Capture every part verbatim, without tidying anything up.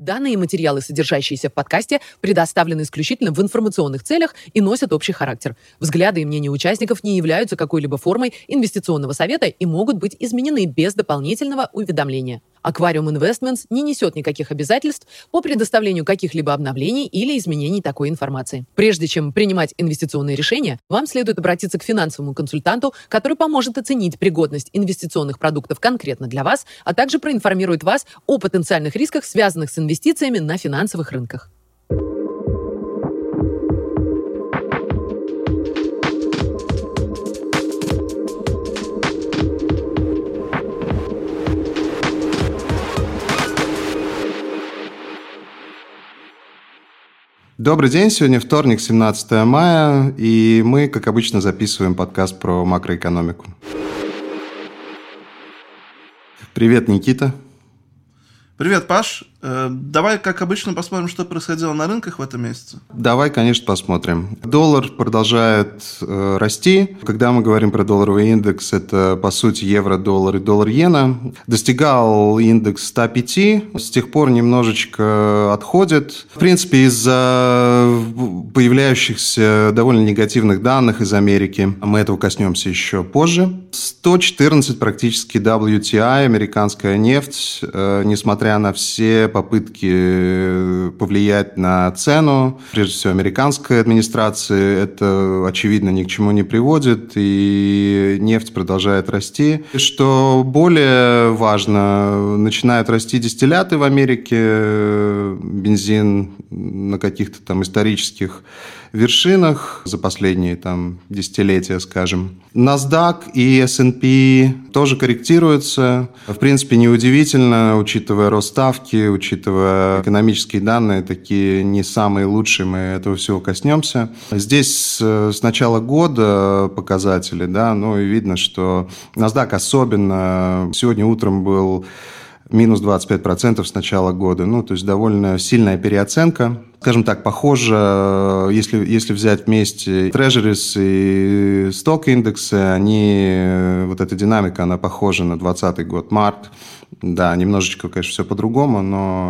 Данные материалы, содержащиеся в подкасте, предоставлены исключительно в информационных целях и носят общий характер. Взгляды и мнения участников не являются какой-либо формой инвестиционного совета и могут быть изменены без дополнительного уведомления. Аквариум Investments не несет никаких обязательств по предоставлению каких-либо обновлений или изменений такой информации. Прежде чем принимать инвестиционные решения, вам следует обратиться к финансовому консультанту, который поможет оценить пригодность инвестиционных продуктов конкретно для вас, а также проинформирует вас о потенциальных рисках, связанных с инвестициями на финансовых рынках. Добрый день, сегодня вторник, семнадцатое мая, и мы, как обычно, записываем подкаст про макроэкономику. Привет, Никита. Привет, Паш. Давай, как обычно, посмотрим, что происходило на рынках в этом месяце. Давай, конечно, посмотрим. Доллар продолжает э, расти. Когда мы говорим про долларовый индекс, это, по сути, евро-доллар и доллар-иена. Достигал индекс сто пять, с тех пор немножечко отходит. В принципе, из-за появляющихся довольно негативных данных из Америки, мы этого коснемся еще позже. сто четырнадцать практически дабл ю ти ай, американская нефть, э, несмотря на все попытки повлиять на цену, прежде всего американской администрации, это, очевидно, ни к чему не приводит, и нефть продолжает расти. Что более важно, начинают расти дистилляты в Америке, бензин на каких-то там исторических вершинах за последние там десятилетия, скажем. NASDAQ и эс энд пи тоже корректируются. В принципе, неудивительно, учитывая рост ставки, учитывая экономические данные, такие не самые лучшие, мы этого всего коснемся. Здесь с начала года показатели, да, ну и видно, что NASDAQ особенно сегодня утром был минус двадцать пять процентов с начала года. Ну, то есть довольно сильная переоценка. Скажем так, похоже, если, если взять вместе Treasuries и сток-индексы, они, вот эта динамика, она похожа на двадцатый год, март. Да, немножечко, конечно, все по-другому,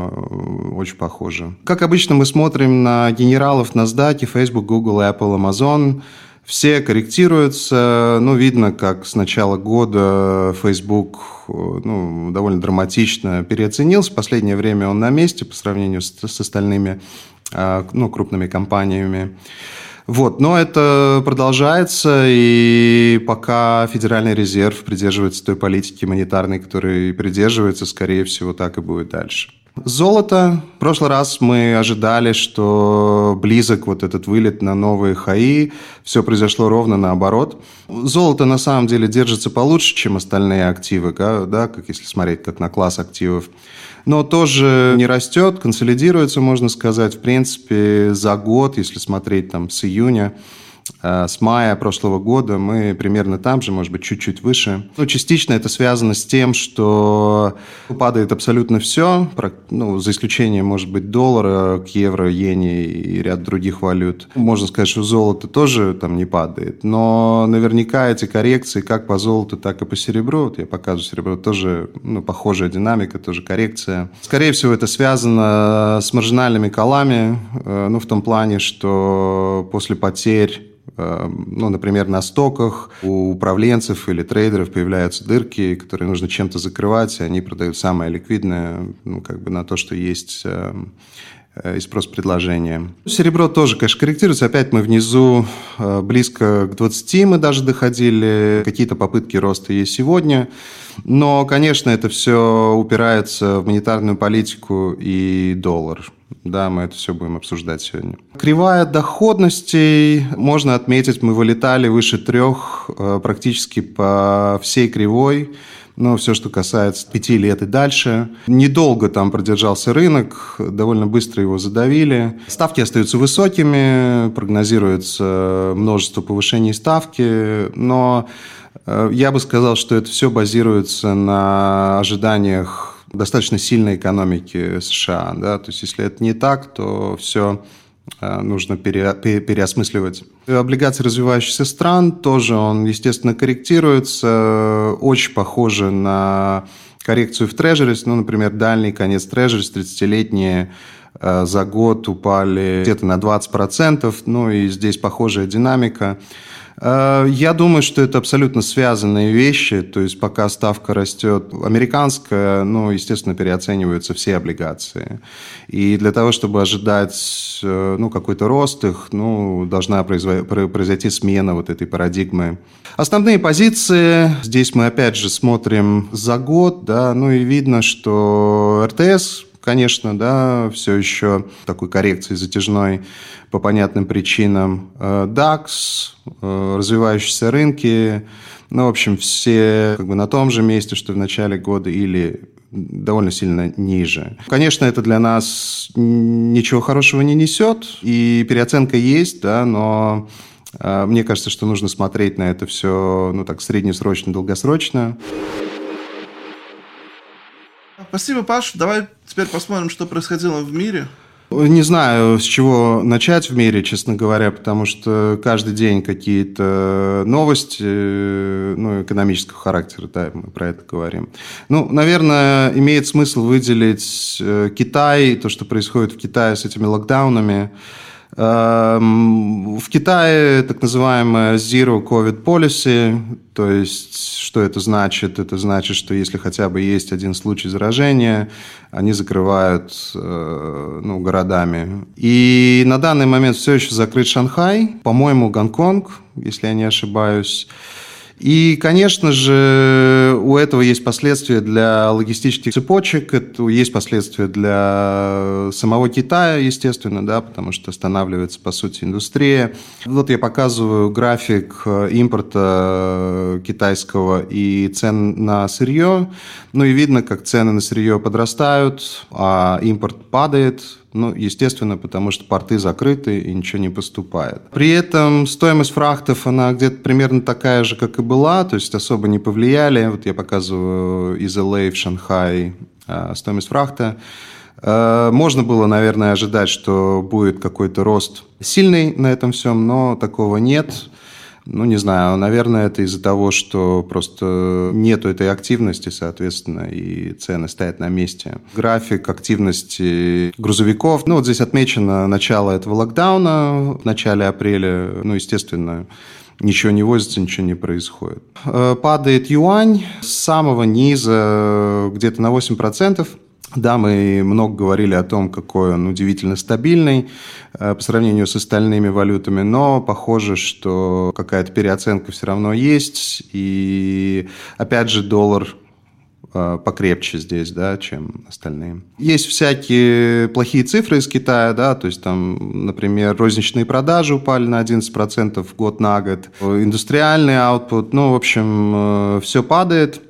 но очень похоже. Как обычно, мы смотрим на генералов NASDAQ, Facebook, Google, Apple, Amazon. Все корректируются, ну, видно, как с начала года Facebook, ну, довольно драматично переоценился. В последнее время он на месте по сравнению с, с остальными, ну, крупными компаниями. Вот, но это продолжается, и пока Федеральный резерв придерживается той политики монетарной, которой придерживается, скорее всего, так и будет дальше. Золото. В прошлый раз мы ожидали, что близок вот этот вылет на новые хаи. Все произошло ровно наоборот. Золото на самом деле держится получше, чем остальные активы, да, как если смотреть как на класс активов. Но тоже не растет, консолидируется, можно сказать. В принципе, за год, если смотреть там с июня, с мая прошлого года мы примерно там же, может быть, чуть-чуть выше. Ну, частично это связано с тем, что падает абсолютно все, ну, за исключением, может быть, доллара к евро, иене и ряд других валют. Можно сказать, что золото тоже там не падает, но наверняка эти коррекции как по золоту, так и по серебру, вот я показываю серебро, тоже, ну, похожая динамика, тоже коррекция. Скорее всего, это связано с маржинальными коллами, ну, в том плане, что после потерь, ну, например, на стоках у управленцев или трейдеров появляются дырки, которые нужно чем-то закрывать, и они продают самое ликвидное, ну, как бы на то, что есть и спрос-предложение. Серебро тоже, конечно, корректируется. Опять мы внизу близко к двадцати мы даже доходили. Какие-то попытки роста есть сегодня. Но, конечно, это все упирается в монетарную политику и доллар. Да, мы это все будем обсуждать сегодня. Кривая доходностей, можно отметить, мы вылетали выше трех практически по всей кривой. Но все, что касается пяти лет и дальше. Недолго там продержался рынок, довольно быстро его задавили. Ставки остаются высокими, прогнозируется множество повышений ставки, но я бы сказал, что это все базируется на ожиданиях достаточно сильной экономики США. Да? То есть, если это не так, то все нужно пере, переосмысливать. Облигации развивающихся стран тоже, он, естественно, корректируется. Очень похоже на коррекцию в трежерис. Ну, например, дальний конец трежерис, тридцатилетние за год упали где-то на двадцать процентов. Ну, и здесь похожая динамика. Я думаю, что это абсолютно связанные вещи, то есть пока ставка растет американская, ну, естественно, переоцениваются все облигации. И для того, чтобы ожидать, ну, какой-то рост их, ну, должна произойти смена вот этой парадигмы. Основные позиции, здесь мы опять же смотрим за год, да, ну и видно, что эр тэ эс, конечно, да, все еще такой коррекции затяжной по понятным причинам. дакс, развивающиеся рынки, ну, в общем, все как бы на том же месте, что в начале года или довольно сильно ниже. Конечно, это для нас ничего хорошего не несет, и переоценка есть, да, но мне кажется, что нужно смотреть на это все, ну, так, среднесрочно, долгосрочно. Спасибо, Паш. Давай теперь посмотрим, что происходило в мире. Не знаю, с чего начать в мире, честно говоря, потому что каждый день какие-то новости, ну, экономического характера, да, мы про это говорим. Ну, наверное, имеет смысл выделить Китай, то, что происходит в Китае с этими локдаунами. В Китае так называемая Zero COVID Policy, то есть что это значит? Это значит, что если хотя бы есть один случай заражения, они закрывают, ну, городами. И на данный момент все еще закрыт Шанхай, по-моему, Гонконг, если я не ошибаюсь. И, конечно же, у этого есть последствия для логистических цепочек, это есть последствия для самого Китая, естественно, да, потому что останавливается, по сути, индустрия. Вот я показываю график импорта китайского и цен на сырье. Ну и видно, как цены на сырье подрастают, а импорт падает. Ну, естественно, потому что порты закрыты и ничего не поступает. При этом стоимость фрахтов, она где-то примерно такая же, как и была, то есть особо не повлияли. Вот я показываю из эл эй в Шанхай стоимость фрахта. Можно было, наверное, ожидать, что будет какой-то рост сильный на этом всем, но такого нет. Ну, не знаю, наверное, это из-за того, что просто нету этой активности, соответственно, и цены стоят на месте. График активности грузовиков. Ну, вот здесь отмечено начало этого локдауна в начале апреля. Ну, естественно, ничего не возится, ничего не происходит. Падает юань с самого низа где-то на восемь процентов. Да, мы много говорили о том, какой он удивительно стабильный э, по сравнению с остальными валютами, но похоже, что какая-то переоценка все равно есть. И опять же доллар э, покрепче здесь, да, чем остальные. Есть всякие плохие цифры из Китая, да, то есть там, например, розничные продажи упали на одиннадцать процентов год на год, индустриальный output, ну, в общем, э, все падает.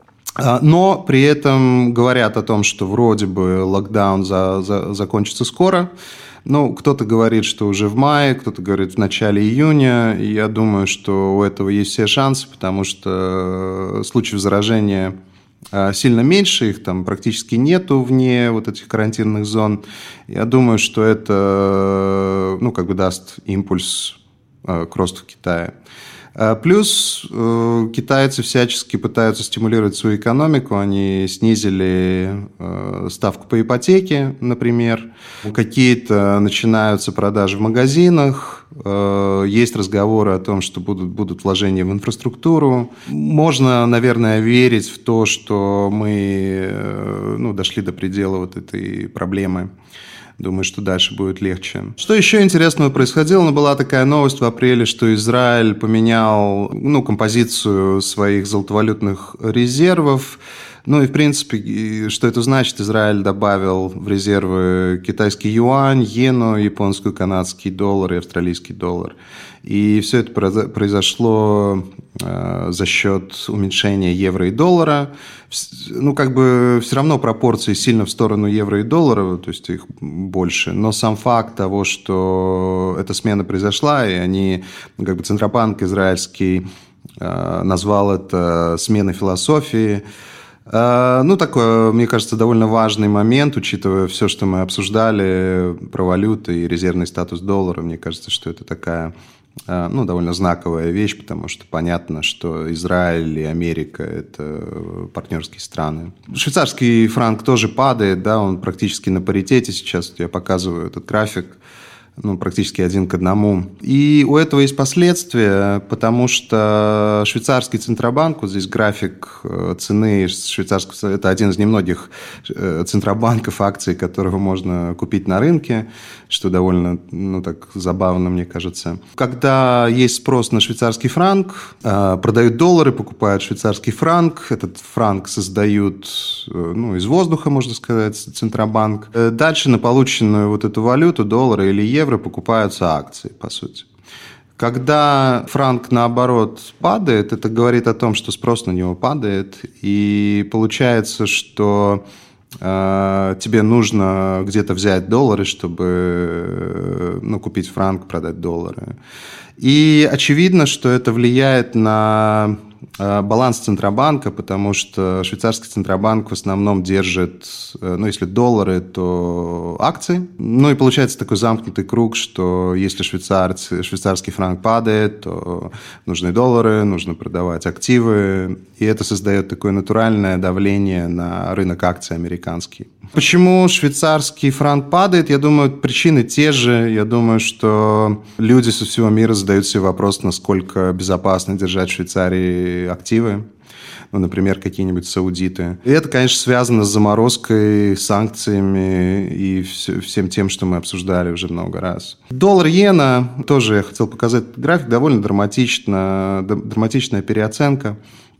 Но при этом говорят о том, что вроде бы локдаун за, за, закончится скоро. Ну, кто-то говорит, что уже в мае, кто-то говорит в начале июня. И я думаю, что у этого есть все шансы, потому что случаев заражения сильно меньше, их там практически нету вне вот этих карантинных зон. Я думаю, что это, ну, как бы даст импульс к росту Китая. Плюс э, китайцы всячески пытаются стимулировать свою экономику. Они снизили э, ставку по ипотеке, например. Какие-то начинаются продажи в магазинах. Э, есть разговоры о том, что будут, будут вложения в инфраструктуру. Можно, наверное, верить в то, что мы э, ну, дошли до предела вот этой проблемы. Думаю, что дальше будет легче. Что еще интересного происходило? Ну, была такая новость в апреле, что Израиль поменял, ну, композицию своих золотовалютных резервов. Ну и, в принципе, что это значит? Израиль добавил в резервы китайский юань, иену, японскую, канадский доллар и австралийский доллар. И все это произошло э, за счет уменьшения евро и доллара. Ну, как бы все равно пропорции сильно в сторону евро и доллара, то есть их больше. Но сам факт того, что эта смена произошла, и они, ну, как бы Центробанк израильский э, назвал это сменой философии. Ну, такой, мне кажется, довольно важный момент, учитывая все, что мы обсуждали про валюты и резервный статус доллара. Мне кажется, что это такая ну, довольно знаковая вещь, потому что понятно, что Израиль и Америка – это партнерские страны. Швейцарский франк тоже падает, да, он практически на паритете сейчас. Я показываю этот график. Ну, практически один к одному. И у этого есть последствия, потому что швейцарский Центробанк, вот здесь график цены швейцарского, это один из немногих центробанков, акций, которого можно купить на рынке, что довольно, ну, так забавно, мне кажется. Когда есть спрос на швейцарский франк, продают доллары, покупают швейцарский франк, этот франк создают, ну, из воздуха, можно сказать, Центробанк. Дальше на полученную вот эту валюту, доллары или евро, покупаются акции, по сути. Когда франк, наоборот, падает, это говорит о том, что спрос на него падает, и получается, что э, тебе нужно где-то взять доллары, чтобы, ну, купить франк, продать доллары. И очевидно, что это влияет на баланс Центробанка, потому что швейцарский Центробанк в основном держит, ну, если доллары, то акции. Ну, и получается такой замкнутый круг, что если швейцарцы, швейцарский франк падает, то нужны доллары, нужно продавать активы, и это создает такое натуральное давление на рынок акций американский. Почему швейцарский франк падает? Я думаю, причины те же. Я думаю, что люди со всего мира задают себе вопрос, насколько безопасно держать в Швейцарии активы. Ну, например, какие-нибудь саудиты. И это, конечно, связано с заморозкой, санкциями и всем тем, что мы обсуждали уже много раз. Доллар-иена, тоже я хотел показать график, довольно драматично, драматичная переоценка.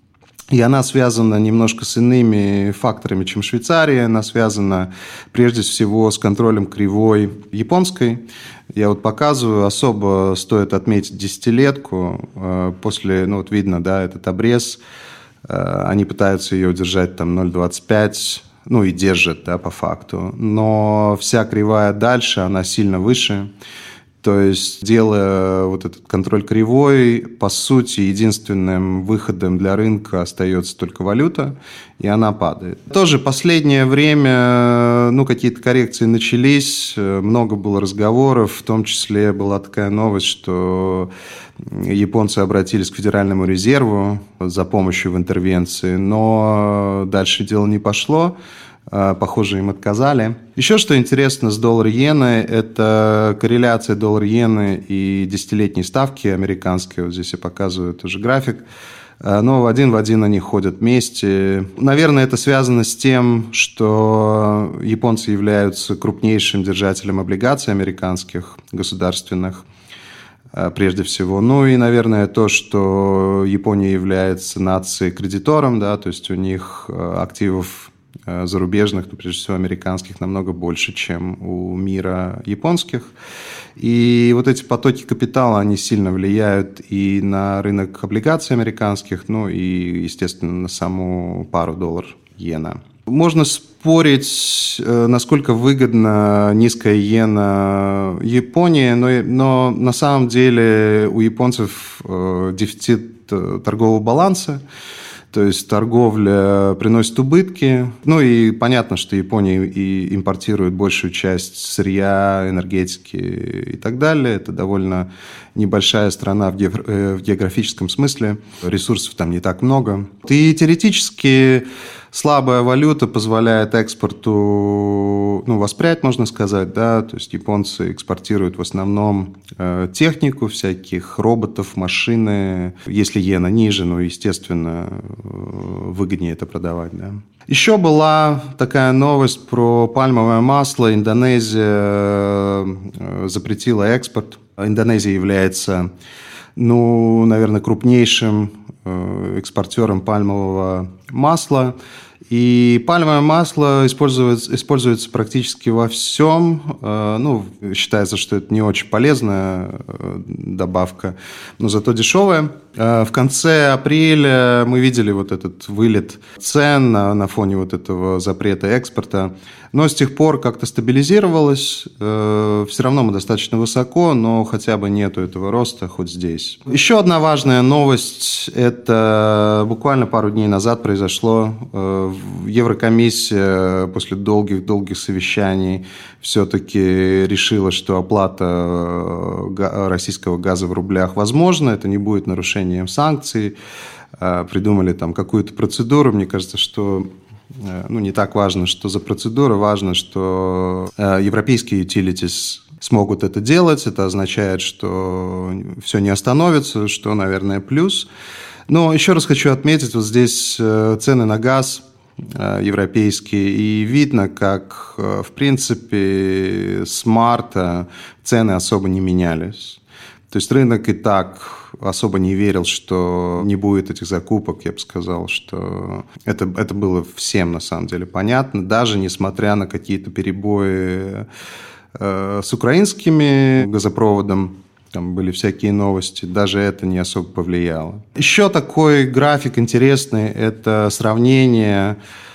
И она связана немножко с иными факторами, чем Швейцария. Она связана прежде всего с контролем кривой японской. Я вот показываю, особо стоит отметить десятилетку. После, ну вот видно, да, этот обрез. Они пытаются ее удержать там ноль целых двадцать пять, ну и держат, да, по факту. Но вся кривая дальше, она сильно выше. То есть, делая вот этот контроль кривой, по сути, единственным выходом для рынка остается только валюта, и она падает. Тоже последнее время, ну, какие-то коррекции начались, много было разговоров, в том числе была такая новость, что японцы обратились к Федеральному резерву за помощью в интервенции, но дальше дело не пошло. Похоже, им отказали. Еще что интересно с доллар-иеной, это корреляция доллар-иены и десятилетней ставки американской. Вот здесь я показываю тоже график. Но один в один они ходят вместе. Наверное, это связано с тем, что японцы являются крупнейшим держателем облигаций американских, государственных, прежде всего. Ну и, наверное, то, что Япония является нацией-кредитором, да, то есть у них активов зарубежных, ну, прежде всего американских, намного больше, чем у мира японских. И вот эти потоки капитала, они сильно влияют и на рынок облигаций американских, ну и, естественно, на саму пару доллар-иена. Можно спорить, насколько выгодна низкая иена Японии, но, но на самом деле у японцев дефицит торгового баланса. То есть торговля приносит убытки. Ну и понятно, что Япония и импортирует большую часть сырья, энергетики и так далее. Это довольно небольшая страна в географическом смысле. Ресурсов там не так много. И теоретически слабая валюта позволяет экспорту, ну, воспрять, можно сказать, да, то есть японцы экспортируют в основном э, технику, всяких роботов, машины. Если иена ниже, ну, естественно, выгоднее это продавать, да. Еще была такая новость про пальмовое масло. Индонезия запретила экспорт. Индонезия является, ну, наверное, крупнейшим экспортером пальмового масла. И пальмовое масло используется, используется практически во всем. Ну, считается, что это не очень полезная добавка, но зато дешевая. В конце апреля мы видели вот этот вылет цен на, на фоне вот этого запрета экспорта. Но с тех пор как-то стабилизировалось. Все равно мы достаточно высоко, но хотя бы нету этого роста хоть здесь. Еще одна важная новость. Это буквально пару дней назад произошло. Еврокомиссия после долгих-долгих совещаний все-таки решила, что оплата российского газа в рублях возможна. Это не будет нарушением санкций. Придумали там какую-то процедуру. Мне кажется, что ну, не так важно, что за процедура, важно, что европейские utilities смогут это делать. Это означает, что все не остановится, что, наверное, плюс. Но еще раз хочу отметить, вот здесь цены на газ европейские, и видно, как, в принципе, с марта цены особо не менялись. То есть рынок и так особо не верил, что не будет этих закупок. Я бы сказал, что это, это было всем на самом деле понятно, даже несмотря на какие-то перебои э, с украинскими газопроводом. Там были всякие новости, даже это не особо повлияло. Еще такой график интересный – это сравнение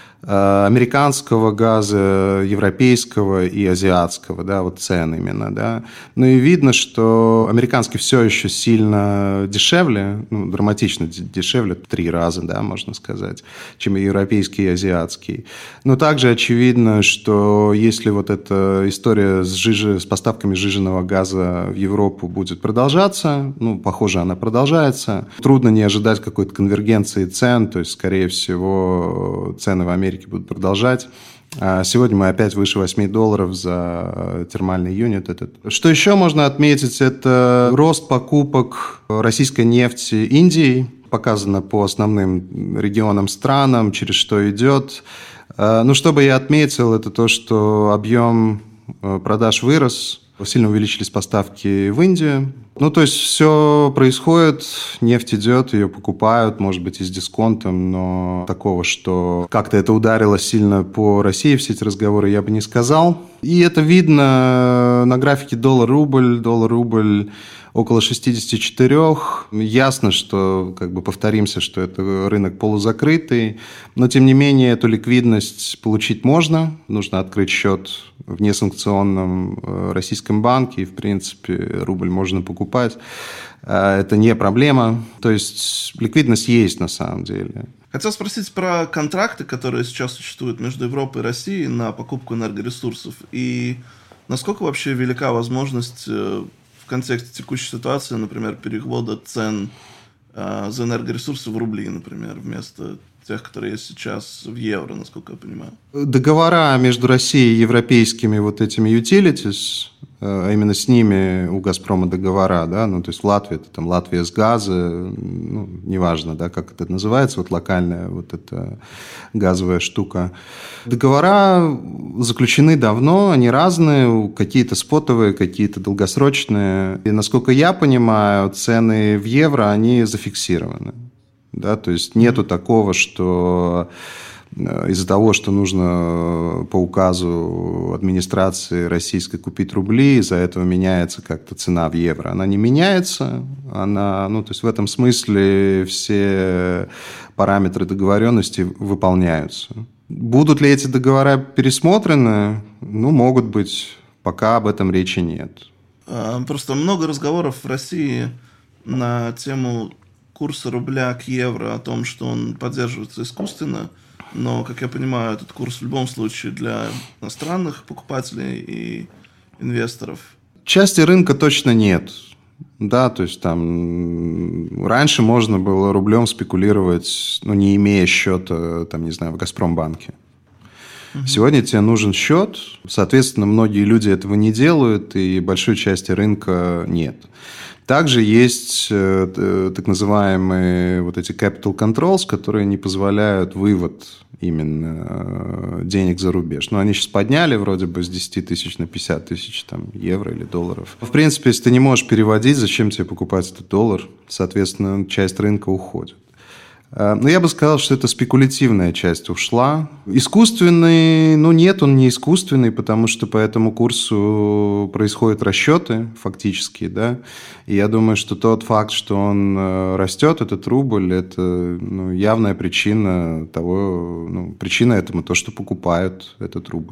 американского газа, европейского и азиатского, да, вот цен именно, да. Ну и видно, что американский все еще сильно дешевле, ну, драматично дешевле, три раза, да, можно сказать, чем и европейский и азиатский. Но также очевидно, что если вот эта история с, жиж... с поставками сжиженного газа в Европу будет продолжаться, ну, похоже, она продолжается, трудно не ожидать какой-то конвергенции цен, то есть, скорее всего, цены в Америке будут продолжать. Сегодня мы опять выше восемь долларов за термальный юнит. Этот. Что еще можно отметить, это рост покупок российской нефти Индией. Показано по основным регионам, странам, через что идет. Ну, что бы я отметил, это то, что объем продаж вырос. Сильно увеличились поставки в Индию. Ну, то есть все происходит, нефть идет, ее покупают, может быть, и с дисконтом, но такого, что как-то это ударило сильно по России, все эти разговоры, я бы не сказал. И это видно на графике доллар-рубль, доллар-рубль около шестьдесят четыре. Ясно, что, как бы повторимся, что это рынок полузакрытый, но, тем не менее, эту ликвидность получить можно. Нужно открыть счет в несанкционном российском банке, и, в принципе, рубль можно покупать. Это не проблема. То есть ликвидность есть на самом деле. Хотел спросить про контракты, которые сейчас существуют между Европой и Россией на покупку энергоресурсов. И насколько вообще велика возможность в контексте текущей ситуации, например, перевода цен э, за энергоресурсы в рубли, например, вместо тех, которые есть сейчас в евро, насколько я понимаю. Договора между Россией и европейскими вот этими utilities, а именно с ними у «Газпрома» договора, да, ну, то есть в Латвии, это там Латвия с газа, ну, неважно, да, как это называется, вот локальная вот эта газовая штука. Договора заключены давно, они разные, какие-то спотовые, какие-то долгосрочные. И, насколько я понимаю, цены в евро, они зафиксированы. Да, то есть нету такого, что из-за того, что нужно по указу администрации российской купить рубли, из-за этого меняется как-то цена в евро. Она не меняется. Она, ну, то есть в этом смысле все параметры договоренности выполняются. Будут ли эти договора пересмотрены? Ну, могут быть. Пока об этом речи нет. Просто много разговоров в России на тему курса рубля к евро, о том, что он поддерживается искусственно, но, как я понимаю, этот курс в любом случае для иностранных покупателей и инвесторов. Части рынка точно нет. Да, то есть там раньше можно было рублем спекулировать, ну, не имея счета, там, не знаю, в «Газпромбанке». Угу. Сегодня тебе нужен счет, соответственно, многие люди этого не делают, и большой части рынка нет. Также есть э, так называемые вот эти capital controls, которые не позволяют вывод именно э, денег за рубеж. Но они сейчас подняли вроде бы с десяти тысяч на пятьдесят тысяч там, евро или долларов. В принципе, если ты не можешь переводить, зачем тебе покупать этот доллар? Соответственно, часть рынка уходит. Но я бы сказал, что это спекулятивная часть ушла. Искусственный, ну нет, он не искусственный, потому что по этому курсу происходят расчеты фактически, да. И я думаю, что тот факт, что он растет, этот рубль, это, ну, явная причина того, ну, причина этому то, что покупают этот рубль.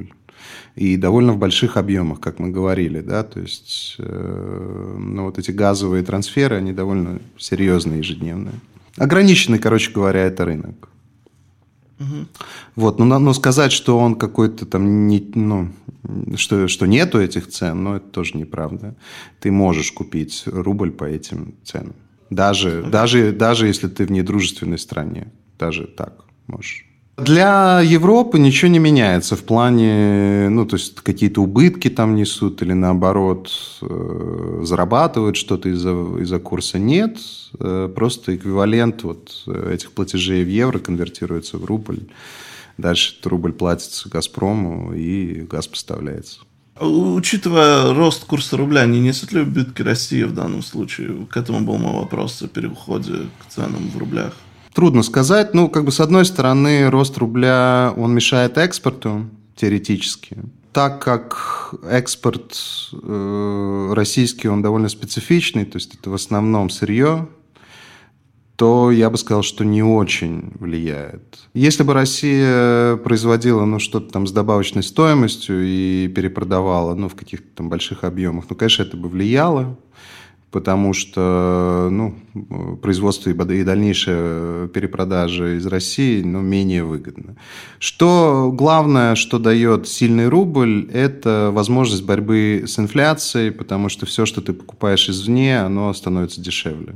И довольно в больших объемах, как мы говорили, да, то есть э, ну, вот эти газовые трансферы, они довольно серьезные, ежедневные. Ограниченный, короче говоря, это рынок. Угу. Вот, но, но сказать, что он какой-то там, не, ну, что, что нету этих цен, ну, это тоже неправда. Ты можешь купить рубль по этим ценам. Даже, даже, даже если ты в недружественной стране. Даже так можешь. Для Европы ничего не меняется в плане, ну, то есть какие-то убытки там несут или наоборот зарабатывают что-то из-за, из-за курса. Нет, просто эквивалент вот этих платежей в евро конвертируется в рубль. Дальше этот рубль платится «Газпрому» и газ поставляется. Учитывая рост курса рубля, не несет ли убытки Россия в данном случае? К этому был мой вопрос о переходе к ценам в рублях. Трудно сказать. Ну, как бы с одной стороны, рост рубля, он мешает экспорту, теоретически. Так как экспорт э, российский, он довольно специфичный, то есть это в основном сырье, то я бы сказал, что не очень влияет. Если бы Россия производила ну, что-то там с добавочной стоимостью и перепродавала ну, в каких-то там больших объемах, ну, конечно, это бы влияло. Потому что ну, производство и дальнейшая перепродажа из России ну, менее выгодно. Что главное, что дает сильный рубль, это возможность борьбы с инфляцией, потому что все, что ты покупаешь извне, оно становится дешевле.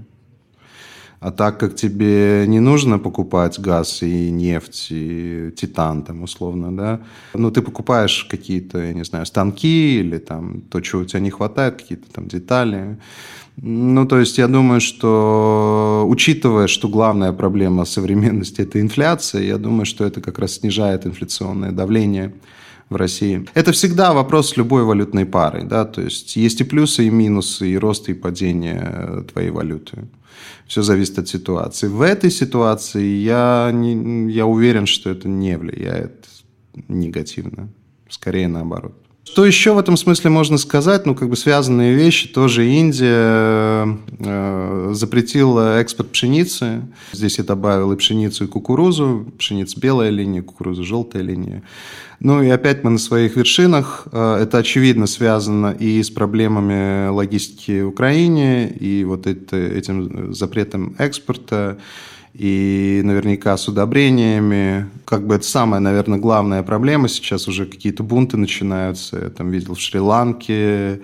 А так как тебе не нужно покупать газ и нефть, и титан, там, условно, да, ну, ты покупаешь какие-то, я не знаю, станки или там то, чего у тебя не хватает, какие-то там детали. Ну, то есть я думаю, что, учитывая, что главная проблема современности – это инфляция, я думаю, что это как раз снижает инфляционное давление в России. Это всегда вопрос любой валютной пары, да, то есть есть и плюсы, и минусы, и рост, и падение твоей валюты. Все зависит от ситуации. В этой ситуации я, не, я уверен, что это не влияет негативно, скорее наоборот. Что еще в этом смысле можно сказать? Ну, как бы связанные вещи. Тоже Индия э, запретила экспорт пшеницы. Здесь я добавил и пшеницу, и кукурузу. Пшеница белая линия, кукуруза желтая линия. Ну, и опять мы на своих вершинах. Э, это, очевидно, связано и с проблемами логистики в Украине, и вот это, этим запретом экспорта, и наверняка с удобрениями. Как бы это самая, наверное, главная проблема. Сейчас уже какие-то бунты начинаются. Я там видел в Шри-Ланке,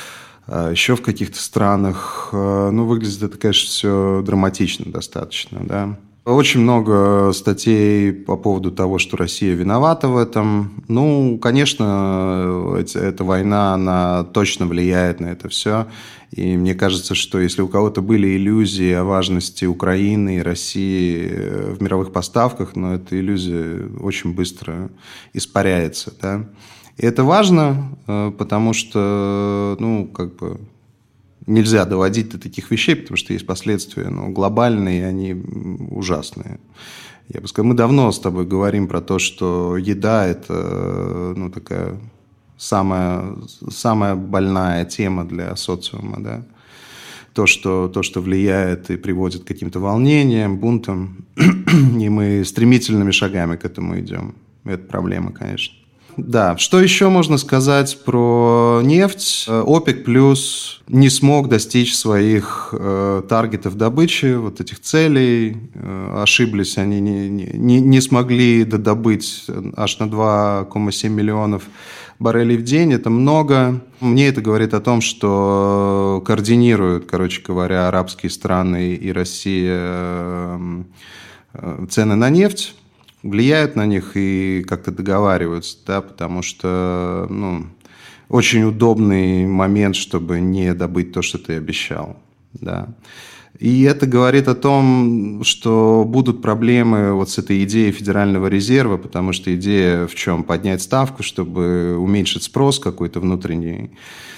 еще в каких-то странах. Ну, выглядит это, конечно, все драматично достаточно, да. Очень много статей по поводу того, что Россия виновата в этом. Ну, конечно, эта война, она точно влияет на это все. И мне кажется, что если у кого-то были иллюзии о важности Украины и России в мировых поставках, но эта иллюзия очень быстро испаряется, да. И это важно, потому что, ну, как бы нельзя доводить до таких вещей, потому что есть последствия, ну, глобальные, и они ужасные. Я бы сказал, мы давно с тобой говорим про то, что еда – это, ну, такая самая, самая больная тема для социума, да. То что, то, что влияет и приводит к каким-то волнениям, бунтам, и мы стремительными шагами к этому идем. Это проблема, конечно. Да, что еще можно сказать про нефть? ОПЕК плюс не смог достичь своих э, таргетов добычи, вот этих целей. Э, ошиблись, они не, не, не смогли додобыть аж на два целых семь миллионов баррелей в день. Это много. Мне это говорит о том, что координируют, короче говоря, арабские страны и Россия э, э, цены на нефть. Влияют на них и как-то договариваются, да, потому что, ну, очень удобный момент, чтобы не добыть то, что ты обещал, да. И это говорит о том, что будут проблемы вот с этой идеей Федерального резерва, потому что идея в чем? Поднять ставку, чтобы уменьшить спрос какой-то внутренний.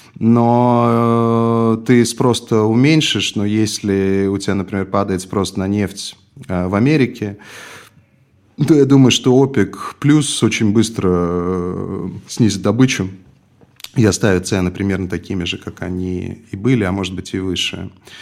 Но ты спрос-то уменьшишь, но если у тебя, например, падает спрос на нефть в Америке, то я думаю, что ОПЕК плюс очень быстро снизит добычу и оставит цены примерно такими же, как они и были, а может быть и выше.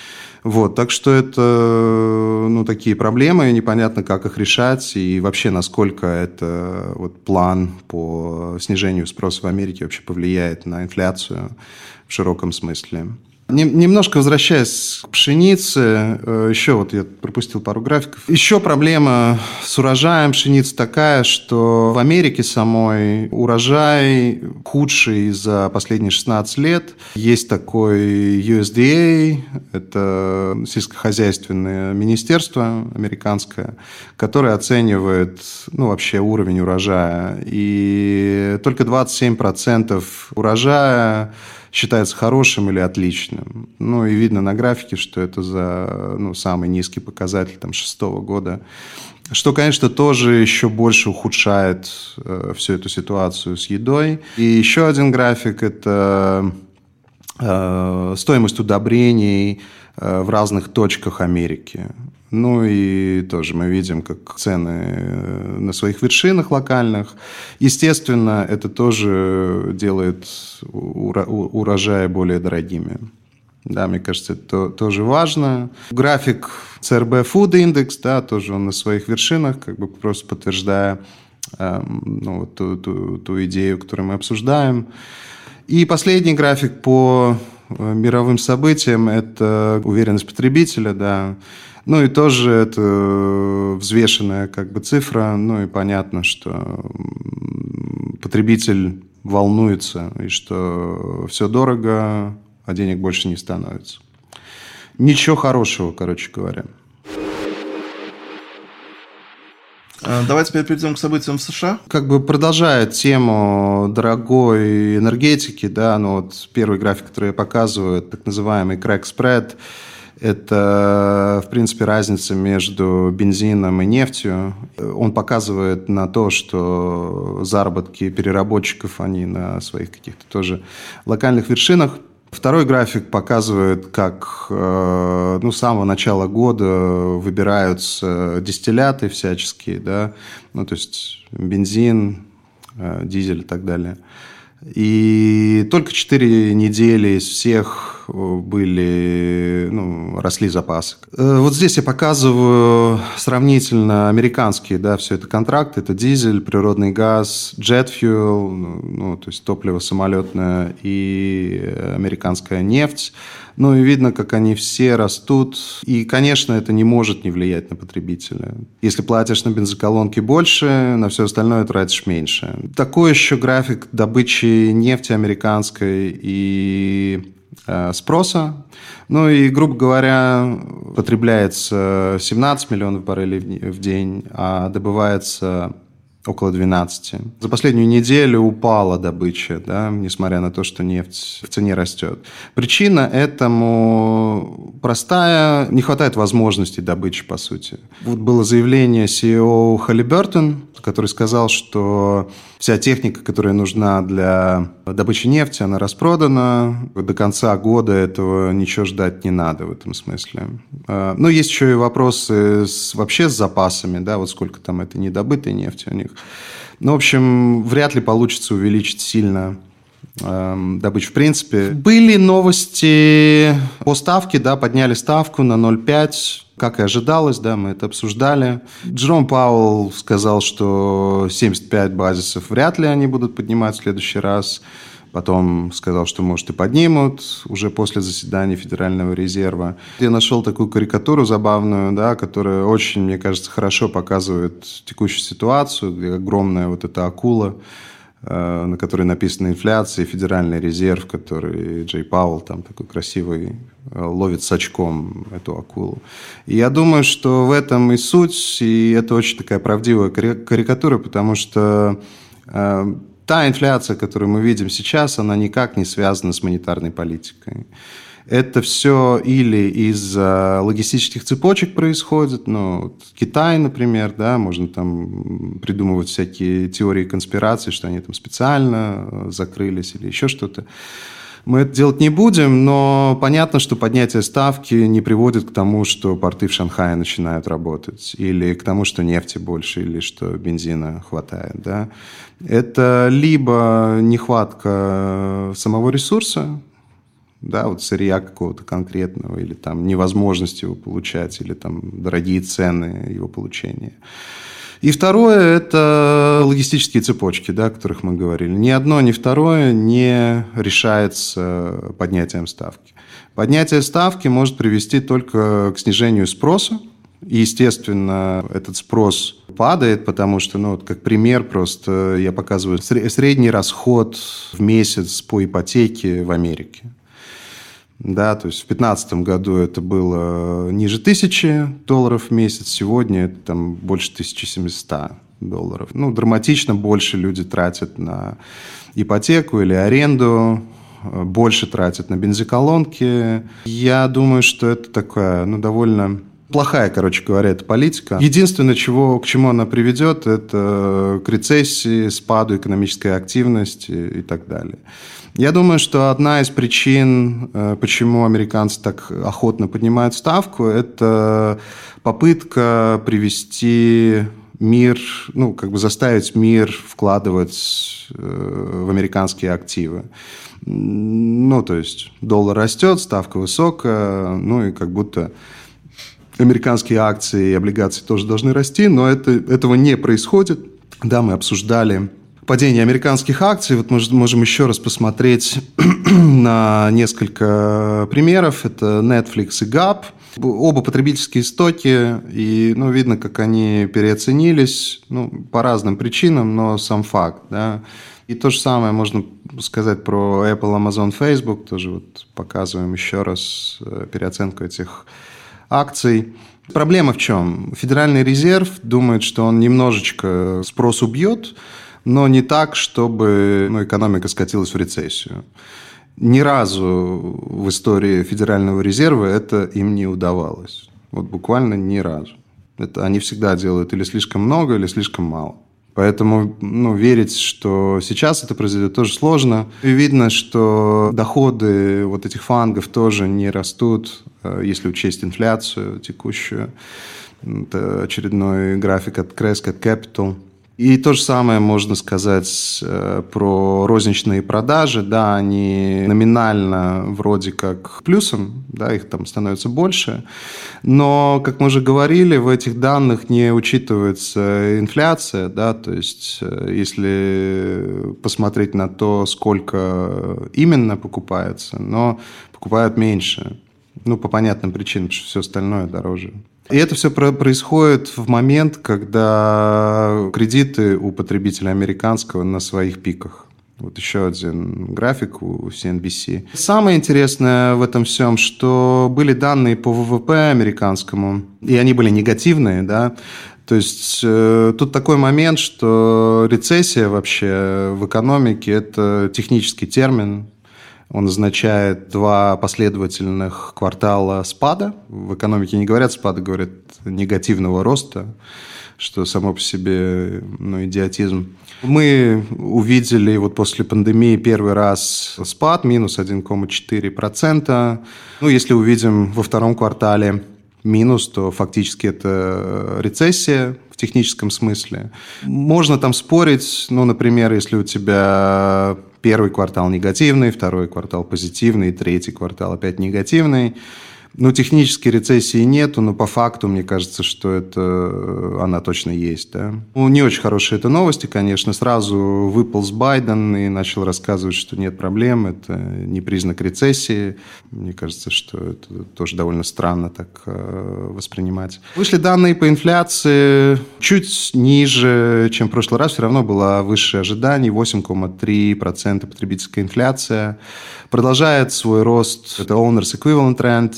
Вот, так что это, ну, такие проблемы, непонятно, как их решать, и вообще, насколько это вот план по снижению спроса в Америке вообще повлияет на инфляцию в широком смысле. Немножко возвращаясь к пшенице, еще вот я пропустил пару графиков. Еще проблема с урожаем пшеницы такая, что в Америке самой урожай худший за последние шестнадцать лет. Есть такой ю эс ди эй, это сельскохозяйственное министерство американское, которое оценивает, ну, вообще уровень урожая. И только двадцать семь процентов урожая считается хорошим или отличным. Ну, и видно на графике, что это за, ну, самый низкий показатель там, шестого года. Что, конечно, тоже еще больше ухудшает э, всю эту ситуацию с едой. И еще один график – это э, стоимость удобрений э, в разных точках Америки. Ну и тоже мы видим, как цены на своих вершинах локальных. Естественно, это тоже делает урожаи более дорогими. Да, мне кажется, это тоже важно. График си эр би Food Index, да, тоже он на своих вершинах, как бы просто подтверждая э, ну, ту, ту, ту идею, которую мы обсуждаем. И последний график по мировым событиям – это уверенность потребителя, да. Ну и тоже это взвешенная как бы цифра, ну и понятно, что потребитель волнуется и что все дорого, а денег больше не становится. Ничего хорошего, короче говоря. Давай теперь перейдем к событиям в США. Как бы продолжая тему дорогой энергетики, да, ну вот первый график, который я показываю, так называемый crack spread. Это, в принципе, разница между бензином и нефтью. Он показывает на то, что заработки переработчиков, они на своих каких-то тоже локальных вершинах. Второй график показывает, как ну, с самого начала года выбираются дистилляты всяческие, да? Ну, то есть бензин, дизель и так далее. И только четыре недели из всех были, ну, росли запасы. Вот здесь я показываю сравнительно американские, да, все это контракты. Это дизель, природный газ, jet fuel, ну, то есть топливо самолетное и американская нефть. Ну и видно, как они все растут. И, конечно, это не может не влиять на потребителя. Если платишь на бензоколонке больше, на все остальное тратишь меньше. Такой еще график добычи нефти американской и э, спроса. Ну и, грубо говоря, потребляется семнадцать миллионов баррелей в день, а добывается около двенадцати. За последнюю неделю упала добыча, да, несмотря на то, что нефть в цене растет. Причина этому простая. Не хватает возможностей добычи, по сути. Вот было заявление си и о Halliburton, который сказал, что вся техника, которая нужна для добычи нефти, она распродана. До конца года этого ничего ждать не надо в этом смысле. Но есть еще и вопросы с, вообще с запасами, да, вот сколько там этой недобытой нефти у них. Ну, в общем, вряд ли получится увеличить сильно э, добычу. В принципе, были новости по ставке, да, подняли ставку на ноль целых пять десятых. Как и ожидалось, да, мы это обсуждали. Джером Пауэлл сказал, что семьдесят пять базисов вряд ли они будут поднимать в следующий раз. Потом сказал, что, может, и поднимут уже после заседания Федерального резерва. Я нашел такую карикатуру забавную, да, которая очень, мне кажется, хорошо показывает текущую ситуацию, где огромная вот эта акула, на которой написана инфляция, и Федеральный резерв, который Джей Пауэлл там такой красивый ловит с очком эту акулу. И я думаю, что в этом и суть, и это очень такая правдивая карикатура, потому что э, та инфляция, которую мы видим сейчас, она никак не связана с монетарной политикой. Это все или из-за логистических цепочек происходит, ну, Китай, например, да, можно там придумывать всякие теории конспирации, что они там специально закрылись или еще что-то. Мы это делать не будем, но понятно, что поднятие ставки не приводит к тому, что порты в Шанхае начинают работать, или к тому, что нефти больше, или что бензина хватает, да. Это либо нехватка самого ресурса, да, вот сырья какого-то конкретного, или там невозможность его получать, или там дорогие цены его получения. И второе – это логистические цепочки, да, о которых мы говорили. Ни одно, ни второе не решается поднятием ставки. Поднятие ставки может привести только к снижению спроса. И, естественно, этот спрос падает, потому что, ну, вот как пример просто я показываю средний расход в месяц по ипотеке в Америке. Да, то есть в две тысячи пятнадцатом году это было ниже тысячи долларов в месяц, сегодня это там больше тысяча семьсот долларов. Ну, драматично больше люди тратят на ипотеку или аренду, больше тратят на бензоколонки. Я думаю, что это такая, ну, довольно плохая, короче говоря, эта политика. Единственное, чего, к чему она приведет, это к рецессии, спаду экономической активности и так далее. Я думаю, что одна из причин, почему американцы так охотно поднимают ставку, это попытка привести мир, ну, как бы заставить мир вкладывать в американские активы. Ну, то есть доллар растет, ставка высокая, ну, и как будто американские акции и облигации тоже должны расти, но это, этого не происходит. Да, мы обсуждали падение американских акций. Вот мы можем еще раз посмотреть на несколько примеров. Это Netflix и гап. Оба потребительские стоки, и, ну, видно, как они переоценились, ну, по разным причинам, но сам факт, да. И то же самое можно сказать про Apple, Amazon, Facebook. Тоже вот показываем еще раз переоценку этих акций. Проблема в чем? Федеральный резерв думает, что он немножечко спрос убьет, но не так, чтобы, ну, экономика скатилась в рецессию. Ни разу в истории Федерального резерва это им не удавалось. Вот буквально ни разу. Это они всегда делают или слишком много, или слишком мало. Поэтому, ну, верить, что сейчас это произойдет, тоже сложно. И видно, что доходы вот этих фангов тоже не растут, если учесть инфляцию текущую. Это очередной график от Crescent Capital. И то же самое можно сказать про розничные продажи. Да, они номинально вроде как плюсом, да, их там становится больше. Но, как мы уже говорили, в этих данных не учитывается инфляция. Да, то есть, если посмотреть на то, сколько именно покупается, но покупают меньше. Ну, по понятным причинам, потому что все остальное дороже. И это все происходит в момент, когда кредиты у потребителя американского на своих пиках. Вот еще один график у си эн би си. Самое интересное в этом всем, что были данные по вэ вэ пэ американскому, и они были негативные, да. То есть э, тут такой момент, что рецессия вообще в экономике – это технический термин. Он означает два последовательных квартала спада. В экономике не говорят спада, говорят негативного роста, что само по себе, ну, идиотизм. Мы увидели вот после пандемии первый раз спад, минус один целых четыре десятых процента. Ну, если увидим во втором квартале минус, то фактически это рецессия в техническом смысле. Можно там спорить, ну, например, если у тебя первый квартал негативный, второй квартал позитивный, третий квартал опять негативный. Ну, технически рецессии нету, но по факту, мне кажется, что это она точно есть, да. Ну, не очень хорошие это новости, конечно. Сразу выполз Байден и начал рассказывать, что нет проблем, это не признак рецессии. Мне кажется, что это тоже довольно странно так э, воспринимать. Вышли данные по инфляции чуть ниже, чем в прошлый раз. Все равно было выше ожиданий, восемь целых три десятых процента потребительская инфляция. Продолжает свой рост. Это Owners Equivalent Rent.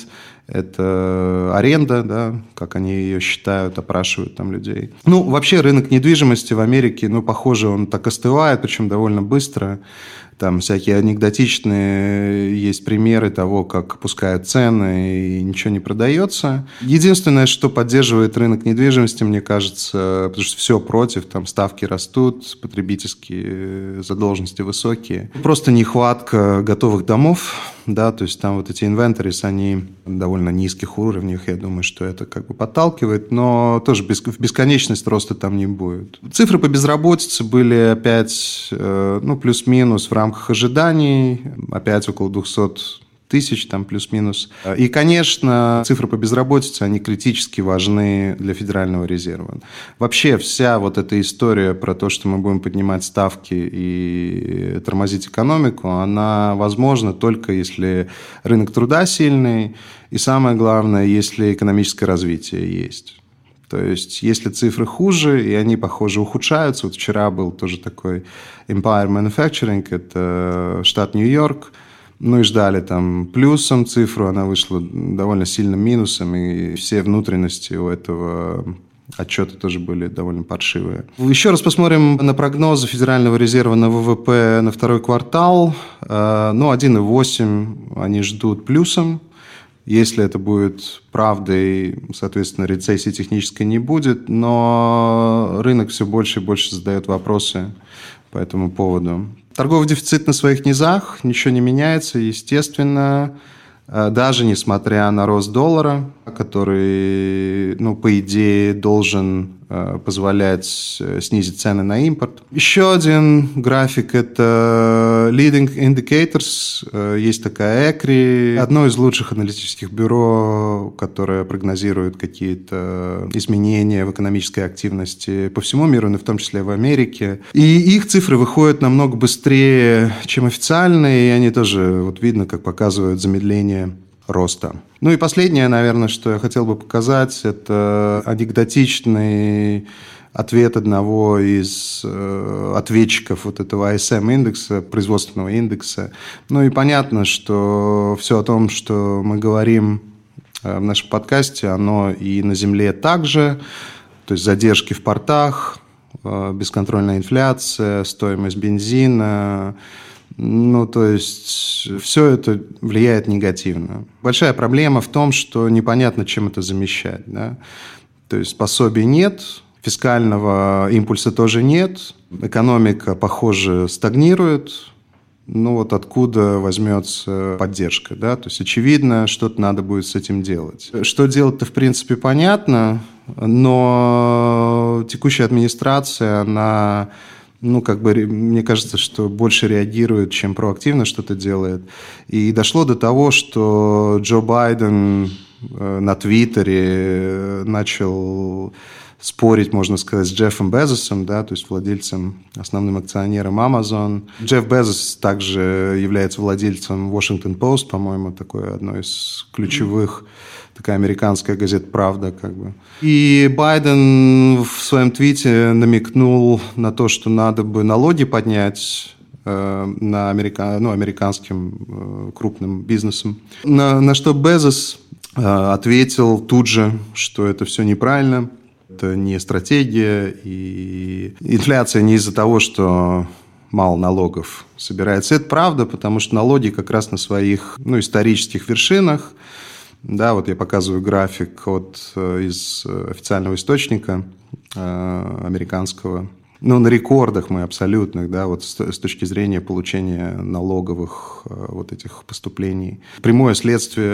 Это аренда, да, как они ее считают, опрашивают там людей. Ну, вообще рынок недвижимости в Америке, ну, похоже, он так остывает, причем довольно быстро. Там всякие анекдотичные есть примеры того, как опускают цены и ничего не продается. Единственное, что поддерживает рынок недвижимости, мне кажется, потому что все против, там ставки растут, потребительские задолженности высокие. Просто нехватка готовых домов, да, то есть там вот эти инвентарис, они довольно низких уровнях, я думаю, что это как бы подталкивает, но тоже в бесконечность роста там не будет. Цифры по безработице были опять, ну, плюс-минус в рамках ожиданий, опять около двести тысяч, там плюс-минус. И, конечно, цифры по безработице, они критически важны для Федерального резерва. Вообще вся вот эта история про то, что мы будем поднимать ставки и тормозить экономику, она возможна только если рынок труда сильный, и самое главное, если экономическое развитие есть. То есть, если цифры хуже, и они, похоже, ухудшаются. Вот вчера был тоже такой Empire Manufacturing, это штат Нью-Йорк. Ну и ждали там плюсом цифру, она вышла довольно сильным минусом, и все внутренности у этого отчеты тоже были довольно паршивые. Еще раз посмотрим на прогнозы Федерального резерва на ВВП на второй квартал. Ну, один и восемь они ждут плюсом. Если это будет правдой, соответственно, рецессии технической не будет, но рынок все больше и больше задает вопросы по этому поводу. Торговый дефицит на своих низах, ничего не меняется, естественно, даже несмотря на рост доллара, который, ну, по идее, должен позволять снизить цены на импорт. Еще один график – это Leading Indicators. Есть такая экри, одно из лучших аналитических бюро, которое прогнозирует какие-то изменения в экономической активности по всему миру, но в том числе в Америке. И их цифры выходят намного быстрее, чем официальные, и они тоже, вот видно, как показывают замедление роста. Ну и последнее, наверное, что я хотел бы показать, это анекдотичный ответ одного из э, ответчиков вот этого ай эс эм-индекса, производственного индекса. Ну и понятно, что все о том, что мы говорим э, в нашем подкасте, оно и на Земле также, то есть задержки в портах, э, бесконтрольная инфляция, стоимость бензина. Ну, то есть, все это влияет негативно. Большая проблема в том, что непонятно, чем это замещать. Да? То есть, пособий нет, фискального импульса тоже нет, экономика, похоже, стагнирует. Ну, вот откуда возьмется поддержка. Да? То есть, очевидно, что-то надо будет с этим делать. Что делать-то, в принципе, понятно, но текущая администрация, она... ну, как бы, мне кажется, что больше реагирует, чем проактивно что-то делает. И дошло до того, что Джо Байден на Твиттере начал спорить, можно сказать, с Джеффом Безосом, да, то есть владельцем, основным акционером Amazon. Джефф Безос также является владельцем Washington Post, по-моему, такое одно из ключевых, такая американская газета «Правда», как бы. И Байден в своем твите намекнул на то, что надо бы налоги поднять э, на америка... ну, американским э, крупным бизнесом. На, на что Безос э, ответил тут же, что это все неправильно, это не стратегия, и инфляция не из-за того, что мало налогов собирается. Это правда, потому что налоги как раз на своих, ну, исторических вершинах. Да, вот я показываю график от, из официального источника э, американского. Ну, на рекордах мы абсолютных, да, вот с, с точки зрения получения налоговых э, вот этих поступлений. Прямое следствие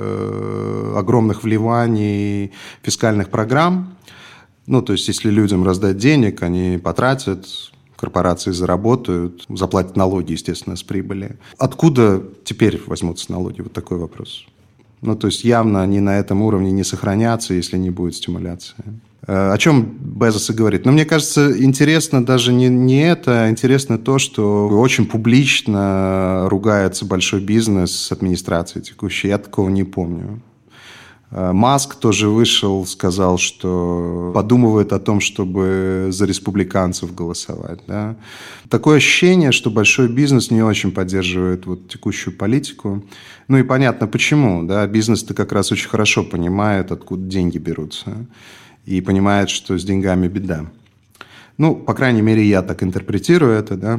э, огромных вливаний фискальных программ. Ну, то есть, если людям раздать денег, они потратят, корпорации заработают, заплатят налоги, естественно, с прибыли. Откуда теперь возьмутся налоги? Вот такой вопрос. Ну, то есть, явно они на этом уровне не сохранятся, если не будет стимуляции. О чем Безос и говорит? Но мне кажется, интересно даже не, не это, а интересно то, что очень публично ругается большой бизнес с администрацией текущей. Я такого не помню. Маск тоже вышел, сказал, что подумывает о том, чтобы за республиканцев голосовать. Да? Такое ощущение, что большой бизнес не очень поддерживает вот текущую политику. Ну и понятно почему. Да? Бизнес-то как раз очень хорошо понимает, откуда деньги берутся. И понимает, что с деньгами беда. Ну, по крайней мере, я так интерпретирую это, да.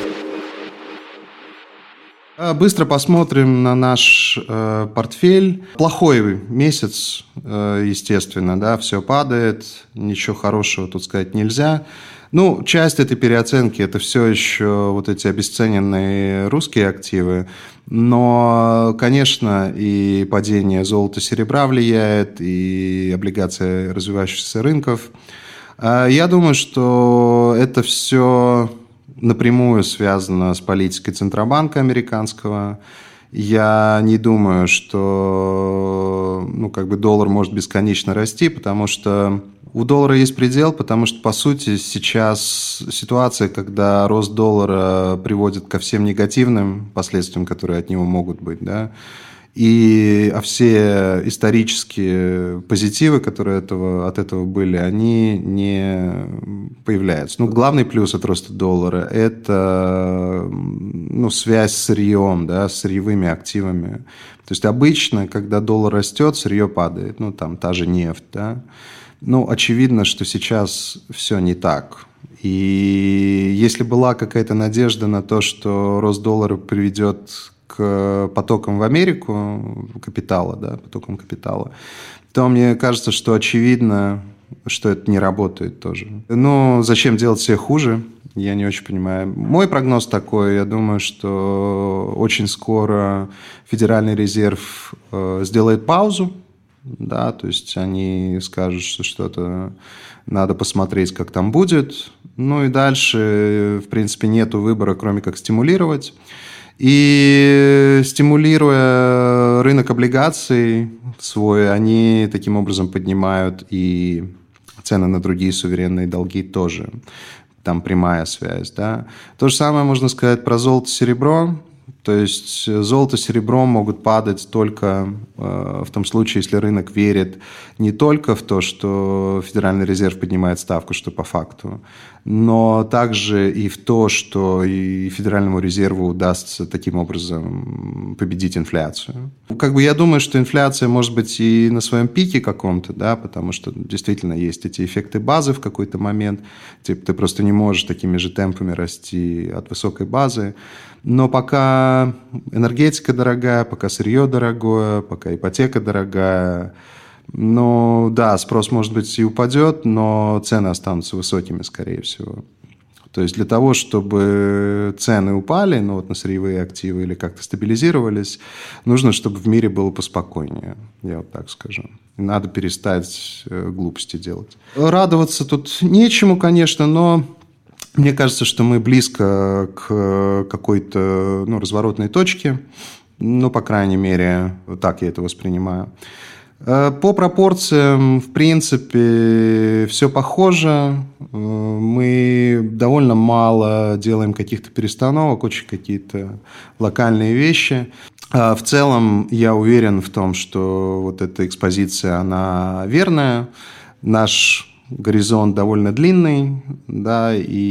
Быстро посмотрим на наш э, портфель. Плохой месяц, э, естественно, да, все падает, ничего хорошего тут сказать нельзя. Ну, часть этой переоценки – это все еще вот эти обесцененные русские активы. Но, конечно, и падение золота-серебра влияет, и облигации развивающихся рынков. Я думаю, что это все напрямую связано с политикой Центробанка американского. Я не думаю, что ну, как бы доллар может бесконечно расти, потому что у доллара есть предел, потому что, по сути, сейчас ситуация, когда рост доллара приводит ко всем негативным последствиям, которые от него могут быть, да, и а все исторические позитивы, которые этого, от этого были, они не появляются. Ну, главный плюс от роста доллара – это ну, связь с сырьем, да, с сырьевыми активами. То есть обычно, когда доллар растет, сырье падает, ну, там та же нефть, да. Ну, очевидно, что сейчас все не так. И если была какая-то надежда на то, что рост доллара приведет к потокам в Америку капитала, да, потокам капитала, то мне кажется, что очевидно, что это не работает тоже. Ну, зачем делать себе хуже? Я не очень понимаю. Мой прогноз такой, я думаю, что очень скоро Федеральный резерв э, сделает паузу, да, то есть они скажут, что что-то надо посмотреть, как там будет. Ну и дальше, в принципе, нету выбора, кроме как стимулировать. И стимулируя рынок облигаций свой, они таким образом поднимают и цены на другие суверенные долги тоже. Там прямая связь, да. То же самое можно сказать про золото-серебро. То есть золото, серебро могут падать только э, в том случае, если рынок верит не только в то, что Федеральный резерв поднимает ставку, что по факту, но также и в то, что и Федеральному резерву удастся таким образом победить инфляцию. Как бы я думаю, что инфляция может быть и на своем пике каком-то, да, потому что действительно есть эти эффекты базы в какой-то момент. Типа ты просто не можешь такими же темпами расти от высокой базы. Но пока энергетика дорогая, пока сырье дорогое, пока ипотека дорогая, ну да, спрос, может быть, и упадет, но цены останутся высокими, скорее всего. То есть для того, чтобы цены упали, ну вот на сырьевые активы или как-то стабилизировались, нужно, чтобы в мире было поспокойнее, я вот так скажу. Надо перестать глупости делать. Радоваться тут нечему, конечно, но мне кажется, что мы близко к какой-то ну, разворотной точке. Ну, по крайней мере, так я это воспринимаю. По пропорциям, в принципе, все похоже. Мы довольно мало делаем каких-то перестановок, очень какие-то локальные вещи. В целом, я уверен в том, что вот эта экспозиция, она верная. Наш горизонт довольно длинный, да,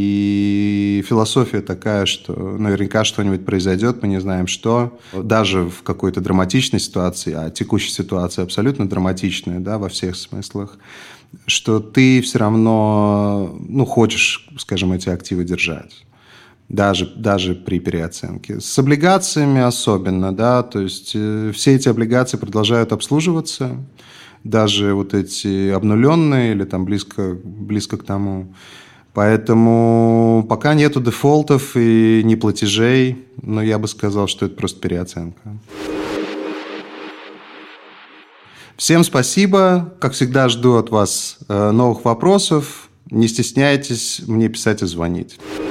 и философия такая, что наверняка что-нибудь произойдет, мы не знаем что. Даже в какой-то драматичной ситуации, а текущая ситуация абсолютно драматичная, да, во всех смыслах, что ты все равно, ну, хочешь, скажем, эти активы держать. Даже, даже при переоценке. С облигациями особенно, да, то есть э, все эти облигации продолжают обслуживаться, даже вот эти обнуленные или там близко, близко к тому. Поэтому пока нету дефолтов и неплатежей, но я бы сказал, что это просто переоценка. Всем спасибо. Как всегда, жду от вас новых вопросов. Не стесняйтесь мне писать и звонить.